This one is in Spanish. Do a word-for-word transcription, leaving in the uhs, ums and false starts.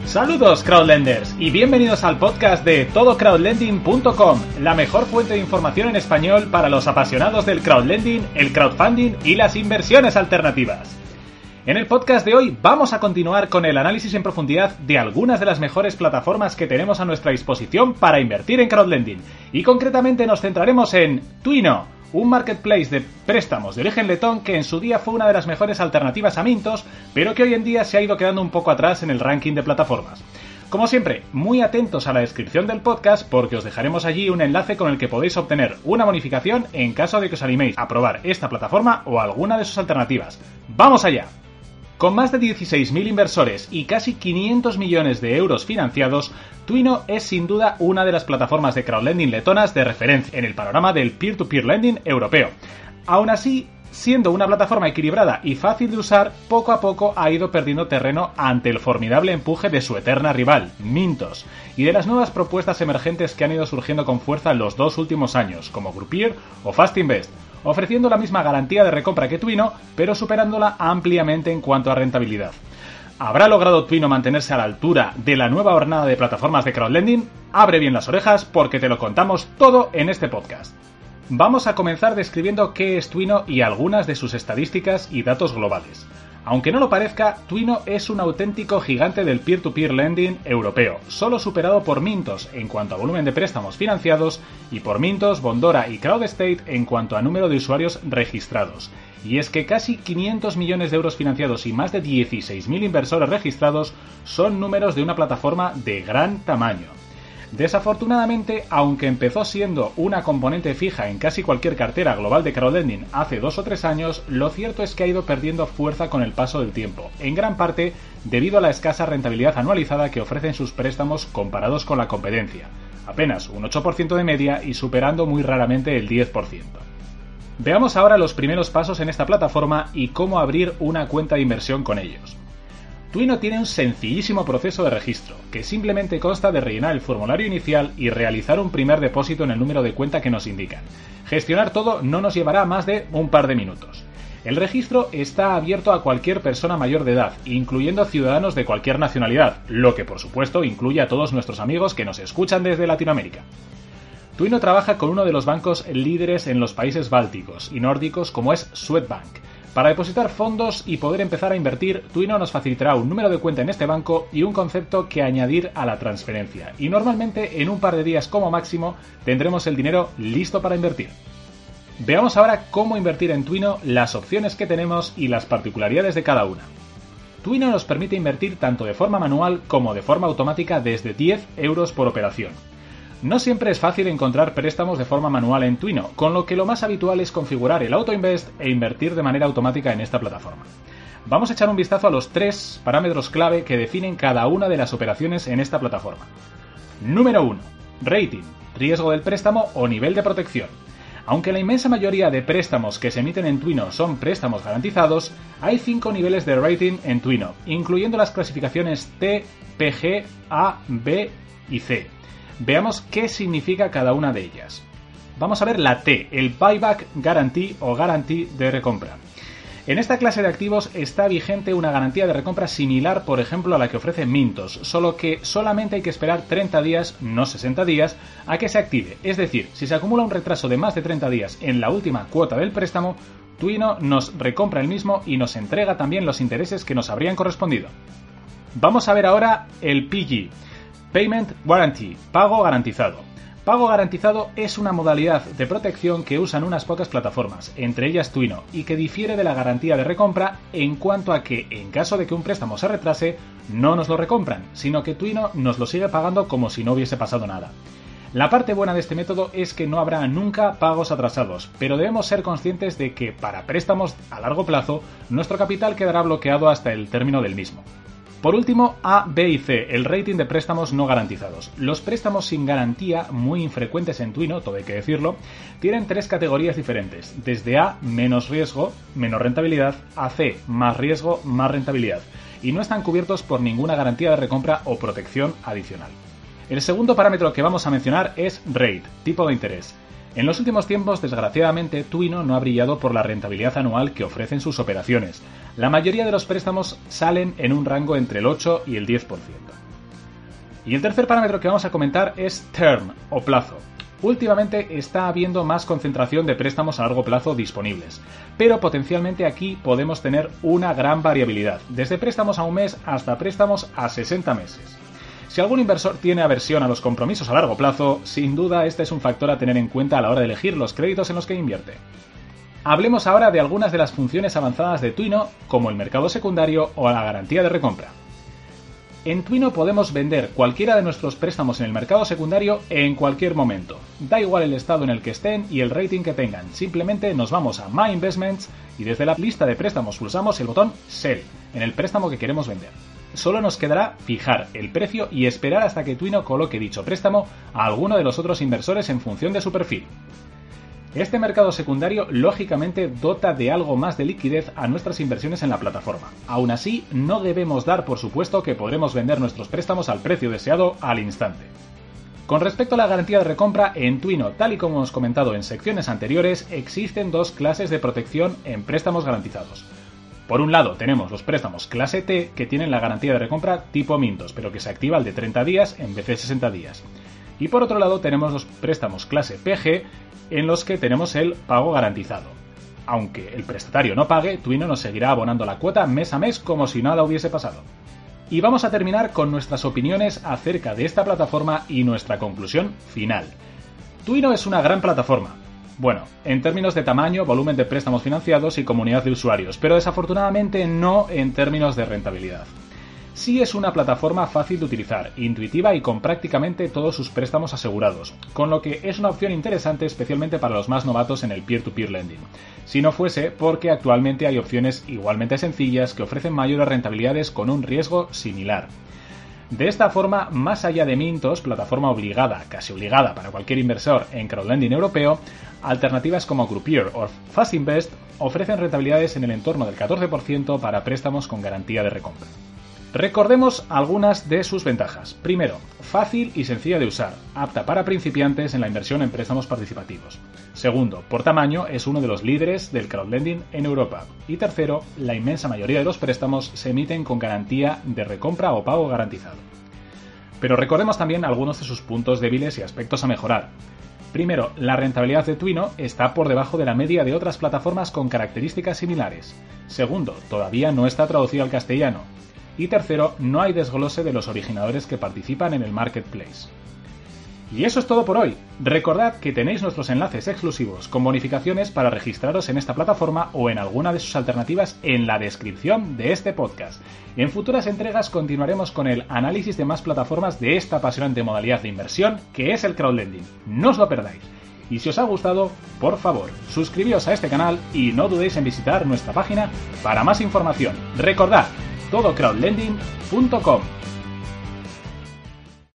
Saludos crowdlenders y bienvenidos al podcast de todo crowdlending punto com, la mejor fuente de información en español para los apasionados del crowdlending, el crowdfunding y las inversiones alternativas. En el podcast de hoy vamos a continuar con el análisis en profundidad de algunas de las mejores plataformas que tenemos a nuestra disposición para invertir en crowdlending, y concretamente nos centraremos en Twino, un marketplace de préstamos de origen letón que en su día fue una de las mejores alternativas a Mintos, pero que hoy en día se ha ido quedando un poco atrás en el ranking de plataformas. Como siempre, muy atentos a la descripción del podcast porque os dejaremos allí un enlace con el que podéis obtener una bonificación en caso de que os animéis a probar esta plataforma o alguna de sus alternativas. ¡Vamos allá! Con más de dieciséis mil inversores y casi quinientos millones de euros financiados, Twino es sin duda una de las plataformas de crowdlending letonas de referencia en el panorama del peer-to-peer lending europeo. Aún así, siendo una plataforma equilibrada y fácil de usar, poco a poco ha ido perdiendo terreno ante el formidable empuje de su eterna rival, Mintos, y de las nuevas propuestas emergentes que han ido surgiendo con fuerza en los dos últimos años, como Groupier o Fastinvest, ofreciendo la misma garantía de recompra que Twino, pero superándola ampliamente en cuanto a rentabilidad. ¿Habrá logrado Twino mantenerse a la altura de la nueva hornada de plataformas de crowdlending? Abre bien las orejas porque te lo contamos todo en este podcast. Vamos a comenzar describiendo qué es Twino y algunas de sus estadísticas y datos globales. Aunque no lo parezca, Twino es un auténtico gigante del peer-to-peer lending europeo, solo superado por Mintos en cuanto a volumen de préstamos financiados y por Mintos, Bondora y CrowdState en cuanto a número de usuarios registrados. Y es que casi quinientos millones de euros financiados y más de dieciséis mil inversores registrados son números de una plataforma de gran tamaño. Desafortunadamente, aunque empezó siendo una componente fija en casi cualquier cartera global de crowdlending hace dos o tres años, lo cierto es que ha ido perdiendo fuerza con el paso del tiempo, en gran parte debido a la escasa rentabilidad anualizada que ofrecen sus préstamos comparados con la competencia, apenas un ocho por ciento de media y superando muy raramente el diez por ciento. Veamos ahora los primeros pasos en esta plataforma y cómo abrir una cuenta de inversión con ellos. Twino tiene un sencillísimo proceso de registro, que simplemente consta de rellenar el formulario inicial y realizar un primer depósito en el número de cuenta que nos indican. Gestionar todo no nos llevará más de un par de minutos. El registro está abierto a cualquier persona mayor de edad, incluyendo ciudadanos de cualquier nacionalidad, lo que por supuesto incluye a todos nuestros amigos que nos escuchan desde Latinoamérica. Twino trabaja con uno de los bancos líderes en los países bálticos y nórdicos como es Swedbank. Para depositar fondos y poder empezar a invertir, Twino nos facilitará un número de cuenta en este banco y un concepto que añadir a la transferencia. Y normalmente en un par de días como máximo tendremos el dinero listo para invertir. Veamos ahora cómo invertir en Twino, las opciones que tenemos y las particularidades de cada una. Twino nos permite invertir tanto de forma manual como de forma automática desde diez euros por operación. No siempre es fácil encontrar préstamos de forma manual en Twino, con lo que lo más habitual es configurar el AutoInvest e invertir de manera automática en esta plataforma. Vamos a echar un vistazo a los tres parámetros clave que definen cada una de las operaciones en esta plataforma. Número uno. Rating, riesgo del préstamo o nivel de protección. Aunque la inmensa mayoría de préstamos que se emiten en Twino son préstamos garantizados, hay cinco niveles de rating en Twino, incluyendo las clasificaciones T, P G, A, B y C. Veamos qué significa cada una de ellas. Vamos a ver la T, el Buyback Guarantee o garantía de recompra. En esta clase de activos está vigente una garantía de recompra similar, por ejemplo, a la que ofrece Mintos, solo que solamente hay que esperar treinta días, no sesenta días, a que se active. Es decir, si se acumula un retraso de más de treinta días en la última cuota del préstamo, Twino nos recompra el mismo y nos entrega también los intereses que nos habrían correspondido. Vamos a ver ahora el P G. Payment Guarantee, pago garantizado. Pago garantizado es una modalidad de protección que usan unas pocas plataformas, entre ellas Twino, y que difiere de la garantía de recompra en cuanto a que, en caso de que un préstamo se retrase, no nos lo recompran, sino que Twino nos lo sigue pagando como si no hubiese pasado nada. La parte buena de este método es que no habrá nunca pagos atrasados, pero debemos ser conscientes de que para préstamos a largo plazo, nuestro capital quedará bloqueado hasta el término del mismo. Por último, A, B y C, el rating de préstamos no garantizados. Los préstamos sin garantía, muy infrecuentes en Twino, todo hay que decirlo, tienen tres categorías diferentes, desde A, menos riesgo, menos rentabilidad, a C, más riesgo, más rentabilidad, y no están cubiertos por ninguna garantía de recompra o protección adicional. El segundo parámetro que vamos a mencionar es rate, tipo de interés. En los últimos tiempos, desgraciadamente, Twino no ha brillado por la rentabilidad anual que ofrecen sus operaciones. La mayoría de los préstamos salen en un rango entre el ocho y el diez por ciento. Y el tercer parámetro que vamos a comentar es term o plazo. Últimamente está habiendo más concentración de préstamos a largo plazo disponibles, pero potencialmente aquí podemos tener una gran variabilidad, desde préstamos a un mes hasta préstamos a sesenta meses. Si algún inversor tiene aversión a los compromisos a largo plazo, sin duda este es un factor a tener en cuenta a la hora de elegir los créditos en los que invierte. Hablemos ahora de algunas de las funciones avanzadas de Twino, como el mercado secundario o la garantía de recompra. En Twino podemos vender cualquiera de nuestros préstamos en el mercado secundario en cualquier momento. Da igual el estado en el que estén y el rating que tengan, simplemente nos vamos a My Investments y desde la lista de préstamos pulsamos el botón Sell en el préstamo que queremos vender. Solo nos quedará fijar el precio y esperar hasta que Twino coloque dicho préstamo a alguno de los otros inversores en función de su perfil. Este mercado secundario lógicamente dota de algo más de liquidez a nuestras inversiones en la plataforma. Aún así, no debemos dar por supuesto que podremos vender nuestros préstamos al precio deseado al instante. Con respecto a la garantía de recompra, en Twino, tal y como hemos comentado en secciones anteriores, existen dos clases de protección en préstamos garantizados. Por un lado tenemos los préstamos clase T que tienen la garantía de recompra tipo Mintos, pero que se activa al de treinta días en vez de sesenta días. Y por otro lado tenemos los préstamos clase P G en los que tenemos el pago garantizado. Aunque el prestatario no pague, Twino nos seguirá abonando la cuota mes a mes como si nada hubiese pasado. Y vamos a terminar con nuestras opiniones acerca de esta plataforma y nuestra conclusión final. Twino es una gran plataforma. Bueno, en términos de tamaño, volumen de préstamos financiados y comunidad de usuarios, pero desafortunadamente no en términos de rentabilidad. Sí es una plataforma fácil de utilizar, intuitiva y con prácticamente todos sus préstamos asegurados, con lo que es una opción interesante especialmente para los más novatos en el peer-to-peer lending. Si no fuese porque actualmente hay opciones igualmente sencillas que ofrecen mayores rentabilidades con un riesgo similar. De esta forma, más allá de Mintos, plataforma obligada, casi obligada para cualquier inversor en crowdlending europeo, alternativas como Groupier o Fastinvest ofrecen rentabilidades en el entorno del catorce por ciento para préstamos con garantía de recompra. Recordemos algunas de sus ventajas. Primero, fácil y sencilla de usar, apta para principiantes en la inversión en préstamos participativos. Segundo, por tamaño es uno de los líderes del crowdlending en Europa. Y tercero, la inmensa mayoría de los préstamos se emiten con garantía de recompra o pago garantizado. Pero recordemos también algunos de sus puntos débiles y aspectos a mejorar. Primero, la rentabilidad de Twino está por debajo de la media de otras plataformas con características similares. Segundo, todavía no está traducido al castellano. Y tercero, no hay desglose de los originadores que participan en el marketplace. Y eso es todo por hoy. Recordad que tenéis nuestros enlaces exclusivos con bonificaciones para registraros en esta plataforma o en alguna de sus alternativas en la descripción de este podcast. En futuras entregas continuaremos con el análisis de más plataformas de esta apasionante modalidad de inversión que es el crowdlending. No os lo perdáis. Y si os ha gustado, por favor, suscribíos a este canal y no dudéis en visitar nuestra página para más información. Recordad, todo crowdlending punto com.